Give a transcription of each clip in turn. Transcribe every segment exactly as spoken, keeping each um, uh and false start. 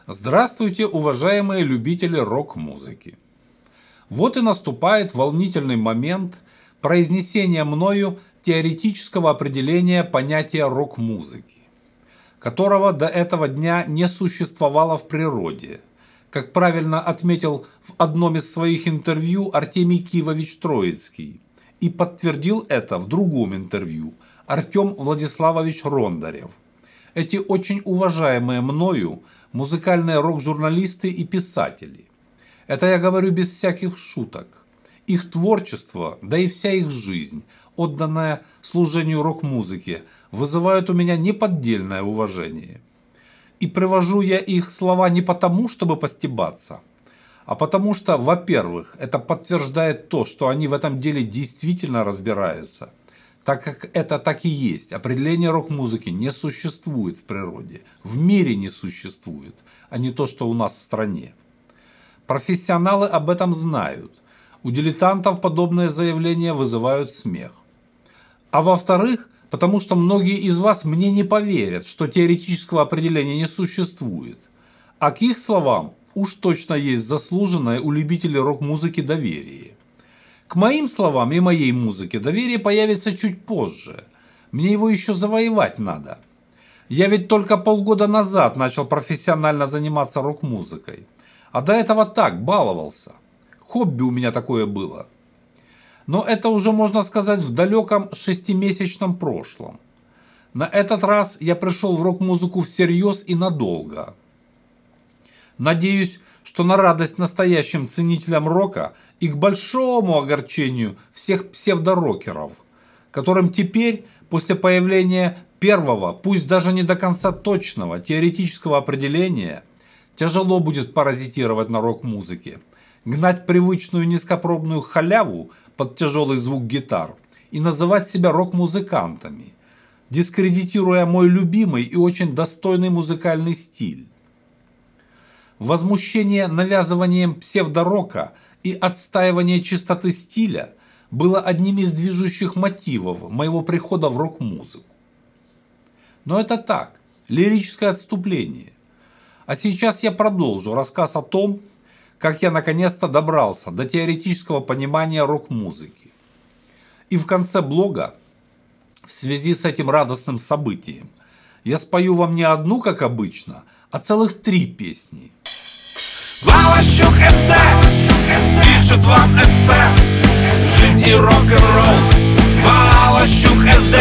Здравствуйте, уважаемые любители рок-музыки! Вот и наступает волнительный момент произнесения мною теоретического определения понятия рок-музыки, которого до этого дня не существовало в природе, как правильно отметил в одном из своих интервью Артемий Кивович Троицкий, и подтвердил это в другом интервью Артем Владиславович Рондарев. Эти очень уважаемые мною музыкальные рок-журналисты и писатели. Это я говорю без всяких шуток. Их творчество, да и вся их жизнь, отданная служению рок-музыке, вызывают у меня неподдельное уважение. И привожу я их слова не потому, чтобы постебаться, а потому что, во-первых, это подтверждает то, что они в этом деле действительно разбираются, так как это так и есть. Определение рок-музыки не существует в природе, в мире не существует, а не то, что у нас в стране. Профессионалы об этом знают. У дилетантов подобные заявления вызывают смех. А во-вторых, потому что многие из вас мне не поверят, что теоретического определения не существует. А к их словам уж точно есть заслуженное у любителей рок-музыки доверие. К моим словам и моей музыке доверие появится чуть позже. Мне его еще завоевать надо. Я ведь только полгода назад начал профессионально заниматься рок-музыкой. А до этого так, баловался. Хобби у меня такое было. Но это уже, можно сказать, в далеком шестимесячном прошлом. На этот раз я пришел в рок-музыку всерьез и надолго. Надеюсь, что на радость настоящим ценителям рока и к большому огорчению всех псевдорокеров, которым теперь, после появления первого, пусть даже не до конца точного, теоретического определения, тяжело будет паразитировать на рок-музыке, гнать привычную низкопробную халяву под тяжелый звук гитар и называть себя рок-музыкантами, дискредитируя мой любимый и очень достойный музыкальный стиль. Возмущение навязыванием псевдорока и отстаивание чистоты стиля было одним из движущих мотивов моего прихода в рок-музыку. Но это так, лирическое отступление. А сейчас я продолжу рассказ о том, как я наконец-то добрался до теоретического понимания рок-музыки. И в конце блога, в связи с этим радостным событием, я спою вам не одну, как обычно, а целых три песни. Валащук СД пишет вам эссе «Жизнь и рок-н-ролл». Валащук СД.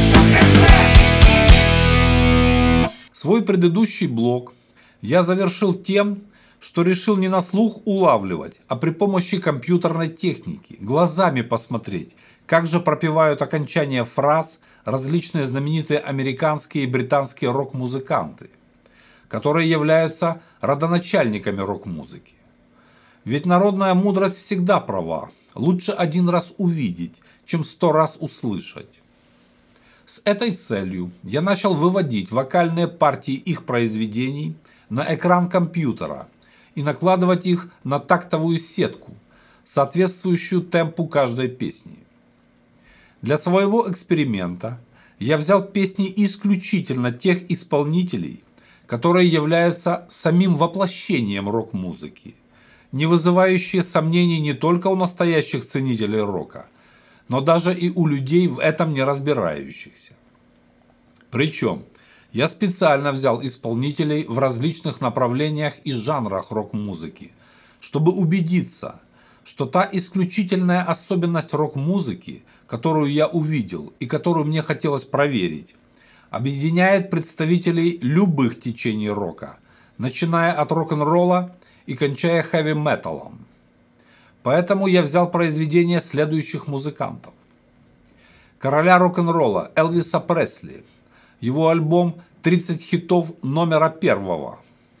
Свой предыдущий блог я завершил тем, что решил не на слух улавливать, а при помощи компьютерной техники, глазами посмотреть, как же пропевают окончания фраз различные знаменитые американские и британские рок-музыканты, которые являются родоначальниками рок-музыки. Ведь народная мудрость всегда права. Лучше один раз увидеть, чем сто раз услышать. С этой целью я начал выводить вокальные партии их произведений на экран компьютера и накладывать их на тактовую сетку, соответствующую темпу каждой песни. Для своего эксперимента я взял песни исключительно тех исполнителей, которые являются самим воплощением рок-музыки, не вызывающие сомнений не только у настоящих ценителей рока, но даже и у людей в этом не разбирающихся. Причем я специально взял исполнителей в различных направлениях и жанрах рок-музыки, чтобы убедиться, что та исключительная особенность рок-музыки, которую я увидел и которую мне хотелось проверить, объединяет представителей любых течений рока, начиная от рок-н-ролла и кончая хэви-металом. Поэтому я взял произведения следующих музыкантов. Короля рок-н-ролла Элвиса Пресли, его альбом «тридцать хитов номера первого».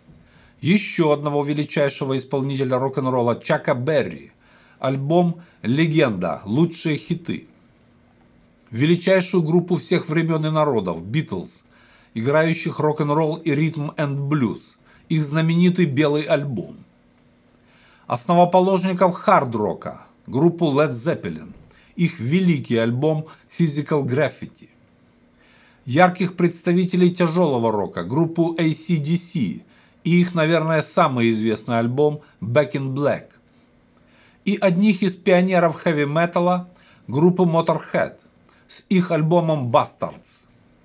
Еще одного величайшего исполнителя рок-н-ролла Чака Берри, альбом «Легенда. Лучшие хиты». Величайшую группу всех времен и народов «Битлз», играющих рок-н-ролл и ритм-энд-блюз, их знаменитый белый альбом. Основоположников хард-рока, группу Led Zeppelin, их великий альбом «Physical Graffiti». Ярких представителей тяжелого рока, группу эй си ди си, и их, наверное, самый известный альбом «Back in Black», и одних из пионеров хэви-металла группы Motorhead с их альбомом «Bastards».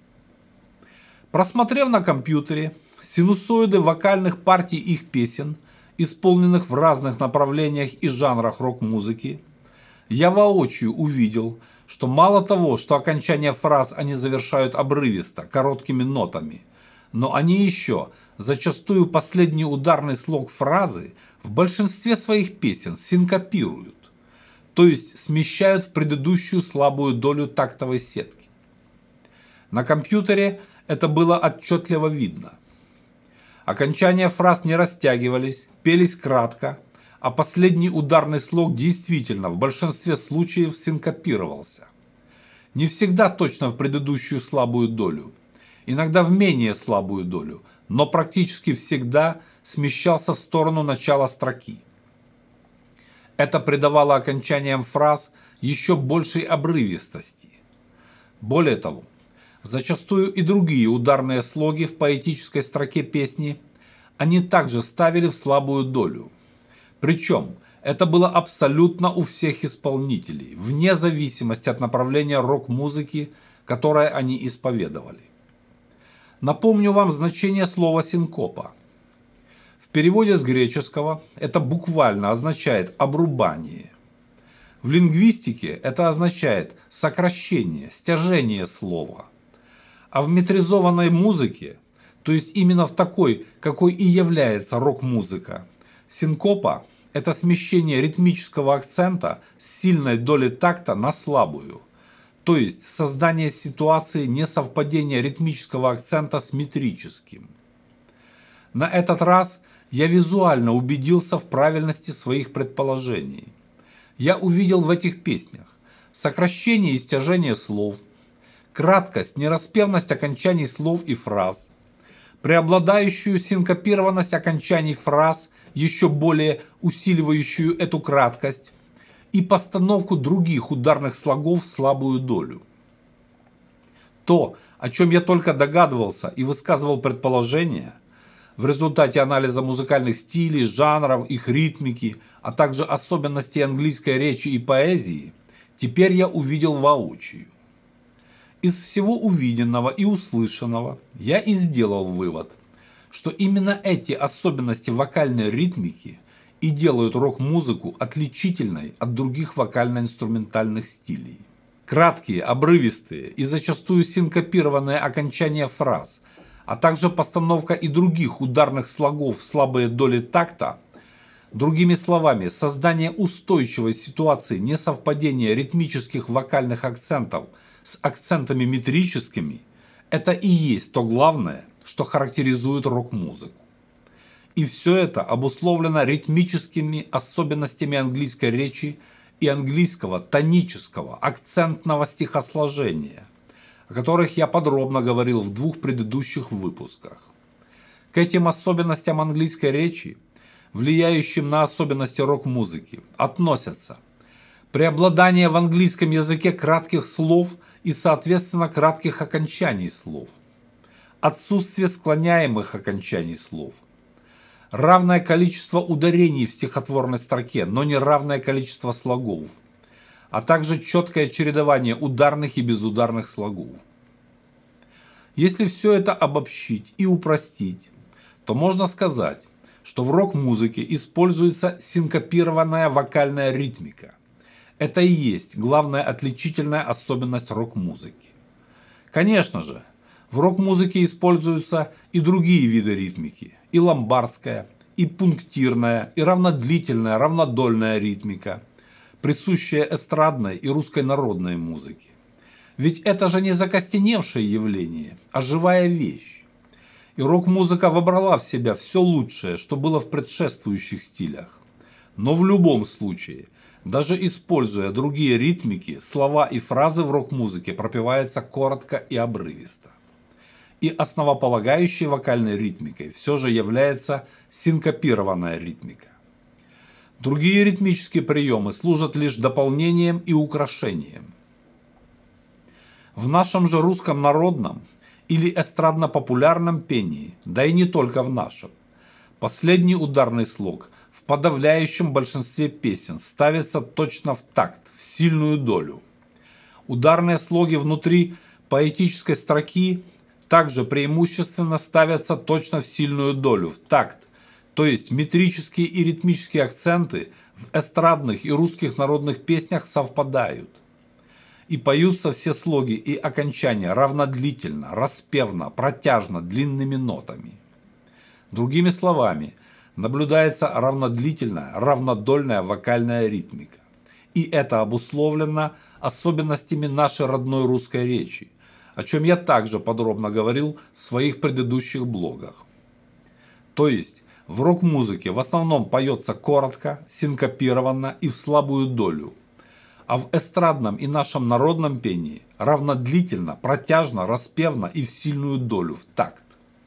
Просмотрев на компьютере синусоиды вокальных партий их песен, исполненных в разных направлениях и жанрах рок-музыки, я воочию увидел, что мало того, что окончание фраз они завершают обрывисто, короткими нотами, но они еще зачастую последний ударный слог фразы в большинстве своих песен синкопируют, то есть смещают в предыдущую слабую долю тактовой сетки. На компьютере это было отчетливо видно. Окончания фраз не растягивались, пелись кратко, а последний ударный слог действительно в большинстве случаев синкопировался. Не всегда точно в предыдущую слабую долю, иногда в менее слабую долю, но практически всегда смещался в сторону начала строки. Это придавало окончаниям фраз еще большей обрывистости. Более того, зачастую и другие ударные слоги в поэтической строке песни они также ставили в слабую долю. Причем это было абсолютно у всех исполнителей, вне зависимости от направления рок-музыки, которое они исповедовали. Напомню вам значение слова «синкопа». В переводе с греческого это буквально означает «обрубание». В лингвистике это означает сокращение, стяжение слова. А в метризованной музыке, то есть именно в такой, какой и является рок-музыка, синкопа – это смещение ритмического акцента с сильной долей такта на слабую, то есть создание ситуации несовпадения ритмического акцента с метрическим. На этот раз я визуально убедился в правильности своих предположений. Я увидел в этих песнях сокращение и стяжение слов, краткость, нераспевность окончаний слов и фраз, преобладающую синкопированность окончаний фраз, еще более усиливающую эту краткость, и постановку других ударных слогов в слабую долю. То, о чем я только догадывался и высказывал предположения, в результате анализа музыкальных стилей, жанров, их ритмики, а также особенностей английской речи и поэзии, теперь я увидел воочию. Из всего увиденного и услышанного я и сделал вывод, что именно эти особенности вокальной ритмики и делают рок-музыку отличительной от других вокально-инструментальных стилей. Краткие, обрывистые и зачастую синкопированные окончания фраз, а также постановка и других ударных слогов в слабые доли такта, другими словами, создание устойчивой ситуации несовпадения ритмических вокальных акцентов с акцентами метрическими, это и есть то главное, что характеризует рок-музыку. И все это обусловлено ритмическими особенностями английской речи и английского тонического акцентного стихосложения, о которых я подробно говорил в двух предыдущих выпусках. К этим особенностям английской речи, влияющим на особенности рок-музыки, относятся преобладание в английском языке кратких слов и, соответственно, кратких окончаний слов, отсутствие склоняемых окончаний слов, равное количество ударений в стихотворной строке, но не равное количество слогов, а также четкое чередование ударных и безударных слогов. Если все это обобщить и упростить, то можно сказать, что в рок-музыке используется синкопированная вокальная ритмика. Это и есть главная отличительная особенность рок-музыки. Конечно же, в рок-музыке используются и другие виды ритмики, и ломбардская, и пунктирная, и равнодлительная, равнодольная ритмика, присущая эстрадной и русской народной музыке. Ведь это же не закостеневшее явление, а живая вещь. И рок-музыка вобрала в себя все лучшее, что было в предшествующих стилях. Но в любом случае, даже используя другие ритмики, слова и фразы в рок-музыке пропеваются коротко и обрывисто. И основополагающей вокальной ритмикой все же является синкопированная ритмика. Другие ритмические приемы служат лишь дополнением и украшением. В нашем же русском народном или эстрадно-популярном пении, да и не только в нашем, Последний ударный слог в подавляющем большинстве песен ставится точно в такт, в сильную долю. Ударные слоги внутри поэтической строки также преимущественно ставятся точно в сильную долю, в такт, то есть метрические и ритмические акценты в эстрадных и русских народных песнях совпадают. И поются все слоги и окончания равнодлительно, распевно, протяжно, длинными нотами. Другими словами, наблюдается равнодлительная, равнодольная вокальная ритмика. И это обусловлено особенностями нашей родной русской речи, о чем я также подробно говорил в своих предыдущих блогах. То есть, в рок-музыке в основном поется коротко, синкопированно и в слабую долю, а в эстрадном и нашем народном пении равнодлительно, протяжно, распевно и в сильную долю, в такт.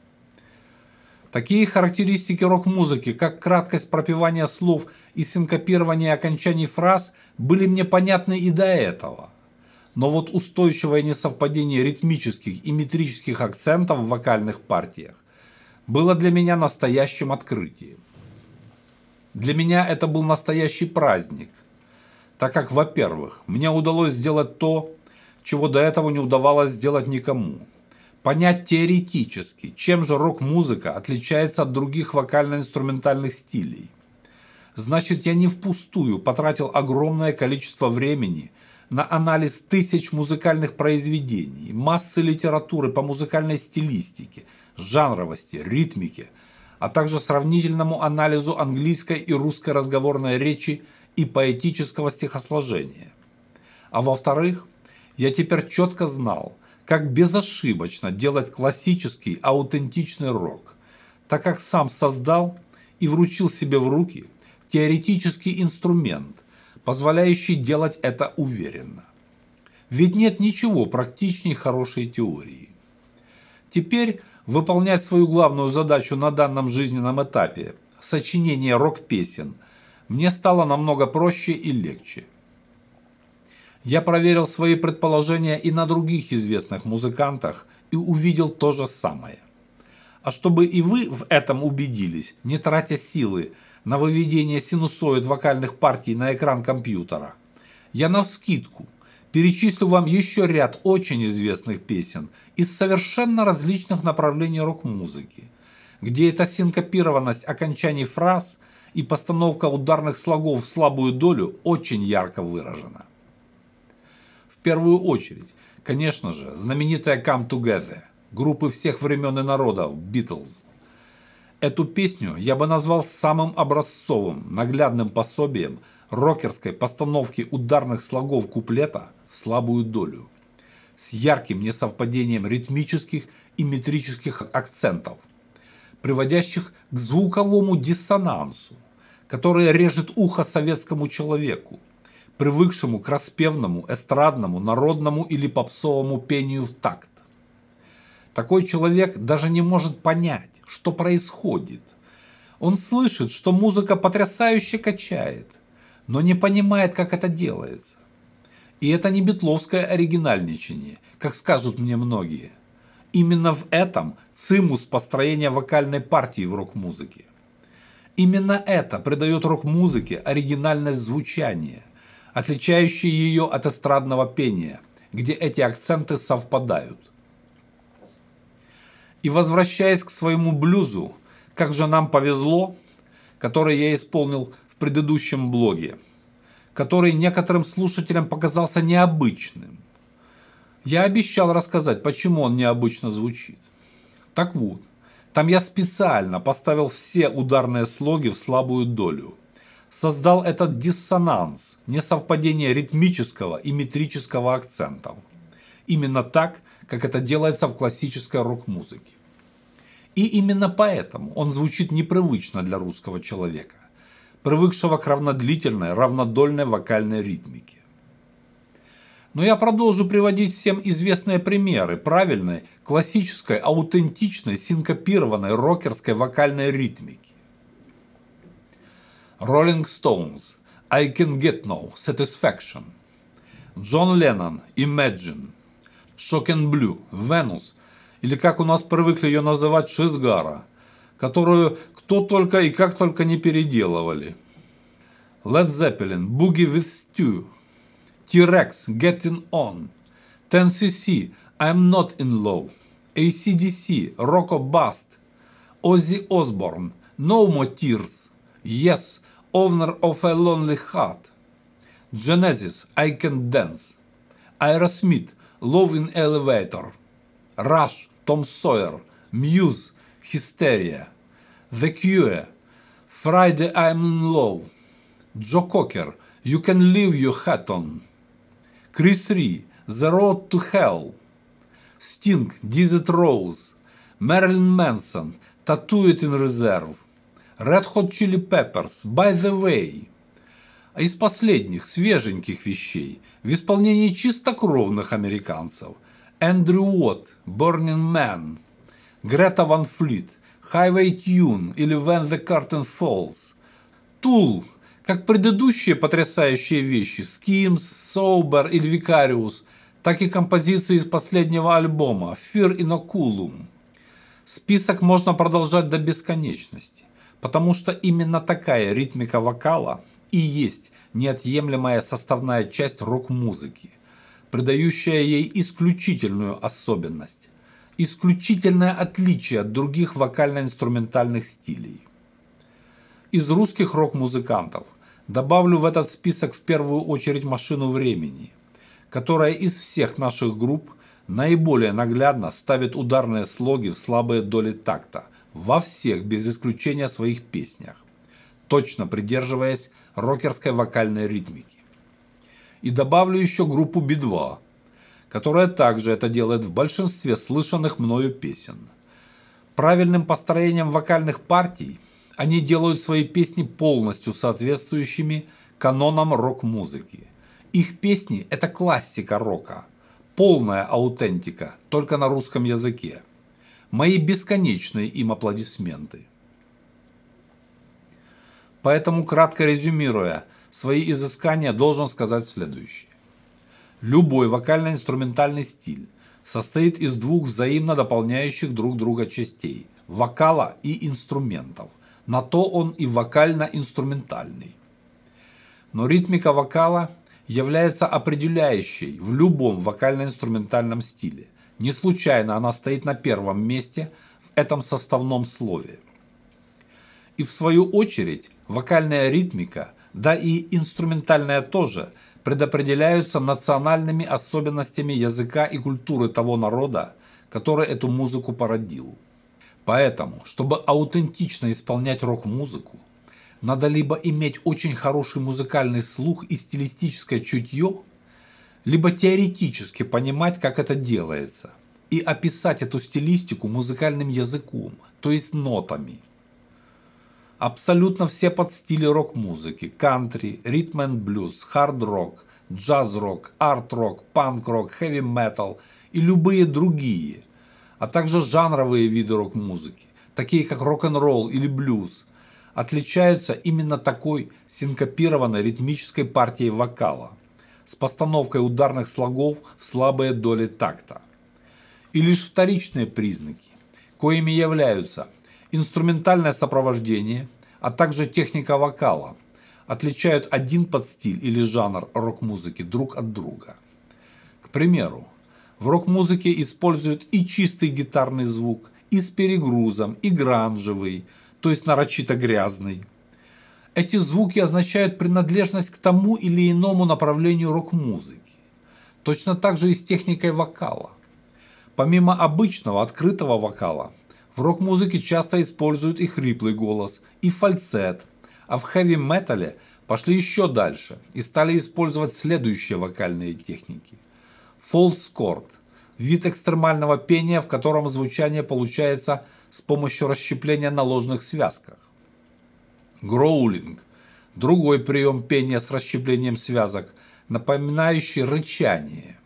Такие характеристики рок-музыки, как краткость пропевания слов и синкопирование окончаний фраз, были мне понятны и до этого. Но вот устойчивое несовпадение ритмических и метрических акцентов в вокальных партиях было для меня настоящим открытием. Для меня это был настоящий праздник, так как, во-первых, мне удалось сделать то, чего до этого не удавалось сделать никому. Понять теоретически, чем же рок-музыка отличается от других вокально-инструментальных стилей. Значит, я не впустую потратил огромное количество времени на анализ тысяч музыкальных произведений, массы литературы по музыкальной стилистике, жанровости, ритмике, а также сравнительному анализу английской и русской разговорной речи и поэтического стихосложения. А во-вторых, я теперь четко знал, как безошибочно делать классический, аутентичный рок, так как сам создал и вручил себе в руки теоретический инструмент, позволяющий делать это уверенно. Ведь нет ничего практичнее хорошей теории. Теперь выполнять свою главную задачу на данном жизненном этапе – сочинение рок-песен – мне стало намного проще и легче. Я проверил свои предположения и на других известных музыкантах и увидел то же самое. А чтобы и вы в этом убедились, не тратя силы на выведение синусоид вокальных партий на экран компьютера, я навскидку перечислю вам еще ряд очень известных песен из совершенно различных направлений рок-музыки, где эта синкопированность окончаний фраз и постановка ударных слогов в слабую долю очень ярко выражена. В первую очередь, конечно же, знаменитая «Come Together» группы всех времен и народов «Beatles». Эту песню я бы назвал самым образцовым, наглядным пособием рокерской постановки ударных слогов куплета в слабую долю, с ярким несовпадением ритмических и метрических акцентов, приводящих к звуковому диссонансу, который режет ухо советскому человеку, привыкшему к распевному, эстрадному, народному или попсовому пению в такт. Такой человек даже не может понять, что происходит. Он слышит, что музыка потрясающе качает, но не понимает, как это делается. И это не битловское оригинальничание, как скажут мне многие. Именно в этом цимус построения вокальной партии в рок-музыке. Именно это придает рок-музыке оригинальность звучания, отличающие ее от эстрадного пения, где эти акценты совпадают. И возвращаясь к своему блюзу, как же нам повезло, который я исполнил в предыдущем блоге, который некоторым слушателям показался необычным. Я обещал рассказать, почему он необычно звучит. Так вот, там я специально поставил все ударные слоги в слабую долю. Создал этот диссонанс, несовпадение ритмического и метрического акцентов. Именно так, как это делается в классической рок-музыке. И именно поэтому он звучит непривычно для русского человека, привыкшего к равнодлительной, равнодольной вокальной ритмике. Но я продолжу приводить всем известные примеры правильной, классической, аутентичной, синкопированной рокерской вокальной ритмики. Rolling Stones, I Can Get No Satisfaction. Джон Леннон, Imagine. Shock and Blue, Venus, или как у нас привыкли ее называть, Шизгара, которую кто только и как только не переделывали. Led Zeppelin, Boogie with Stu, T-Rex, Getting On, ten C C, I'm Not in Love, A C D C, Rock or Bust, Ozzy Osbourne, No More Tears, Yes, Owner of a Lonely Heart, Genesis, I Can Dance, Aerosmith, Love in Elevator, Rush, Tom Sawyer, Muse, Hysteria, The Cure, Friday I'm in Love, Joe Cocker, You Can Leave Your Hat On, Chris Rea, The Road to Hell, Sting, Desert Rose, Marilyn Manson, Tattooed in Reserve, Red Hot Chili Peppers, By the Way. А из последних, свеженьких вещей, в исполнении чистокровных американцев, Эндрю Уотт, Burning Man, Грета Ван Флит, Highway Tune или When the Curtain Falls, Tool, как предыдущие потрясающие вещи Schemes, Sober или Vicarious, так и композиции из последнего альбома Fear Inoculum. Список можно продолжать до бесконечности, потому что именно такая ритмика вокала и есть неотъемлемая составная часть рок-музыки, придающая ей исключительную особенность, исключительное отличие от других вокально-инструментальных стилей. Из русских рок-музыкантов добавлю в этот список в первую очередь «Машину времени», которая из всех наших групп наиболее наглядно ставит ударные слоги в слабые доли такта во всех без исключения своих песнях, точно придерживаясь рокерской вокальной ритмики. И добавлю еще группу би два, которая также это делает в большинстве слышанных мною песен. Правильным построением вокальных партий они делают свои песни полностью соответствующими канонам рок-музыки. Их песни – это классика рока, полная аутентика, только на русском языке. Мои бесконечные им аплодисменты. Поэтому, кратко резюмируя свои изыскания, должен сказать следующее. Любой вокально-инструментальный стиль состоит из двух взаимно дополняющих друг друга частей – вокала и инструментов. На то он и вокально-инструментальный. Но ритмика вокала является определяющей в любом вокально-инструментальном стиле. Не случайно она стоит на первом месте в этом составном слове. И в свою очередь вокальная ритмика, да и инструментальная тоже, предопределяются национальными особенностями языка и культуры того народа, который эту музыку породил. Поэтому, чтобы аутентично исполнять рок-музыку, надо либо иметь очень хороший музыкальный слух и стилистическое чутье, либо теоретически понимать, как это делается, и описать эту стилистику музыкальным языком, то есть нотами. Абсолютно все подстили рок-музыки – кантри, ритм энд блюз, хард-рок, джаз-рок, арт-рок, панк-рок, хэви-метал и любые другие, а также жанровые виды рок-музыки, такие как рок-н-ролл или блюз, отличаются именно такой синкопированной ритмической партией вокала с постановкой ударных слогов в слабые доли такта. И лишь вторичные признаки, коими являются инструментальное сопровождение, а также техника вокала, отличают один подстиль или жанр рок-музыки друг от друга. К примеру, в рок-музыке используют и чистый гитарный звук, и с перегрузом, и гранжевый, то есть нарочито грязный. Эти звуки означают принадлежность к тому или иному направлению рок-музыки. Точно так же и с техникой вокала. Помимо обычного открытого вокала, в рок-музыке часто используют и хриплый голос, и фальцет, а в хэви-метале пошли еще дальше и стали использовать следующие вокальные техники. Фолс-корд – вид экстремального пения, в котором звучание получается с помощью расщепления на ложных связках. Гроулинг – другой прием пения с расщеплением связок, напоминающий рычание.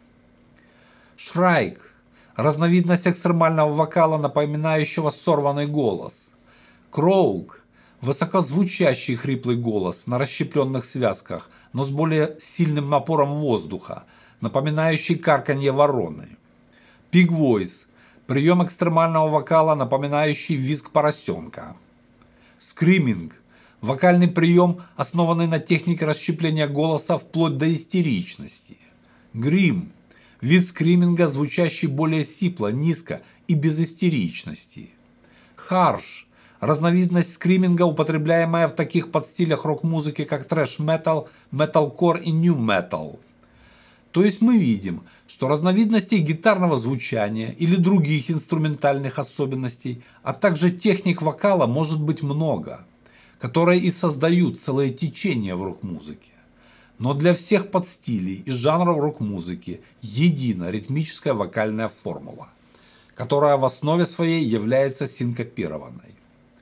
Шрайк – разновидность экстремального вокала, напоминающего сорванный голос. Кроук – высокозвучащий хриплый голос на расщепленных связках, но с более сильным напором воздуха, напоминающий карканье вороны. Пиг-войс – прием экстремального вокала, напоминающий визг поросенка. Скриминг – вокальный прием, основанный на технике расщепления голоса вплоть до истеричности. Грим – вид скриминга, звучащий более сипло, низко и без истеричности. Харш – разновидность скриминга, употребляемая в таких подстилях рок-музыки, как трэш-метал, металкор и нью-метал. То есть мы видим, что разновидностей гитарного звучания или других инструментальных особенностей, а также техник вокала может быть много, которые и создают целое течение в рок-музыке. Но для всех подстилей и жанров рок-музыки едина ритмическая вокальная формула, которая в основе своей является синкопированной.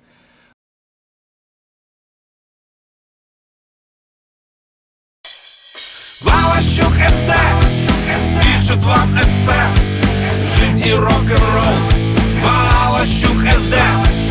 Валащук СД пишет вам эссе «Жизнь и рок-н-ролл». Валащук СД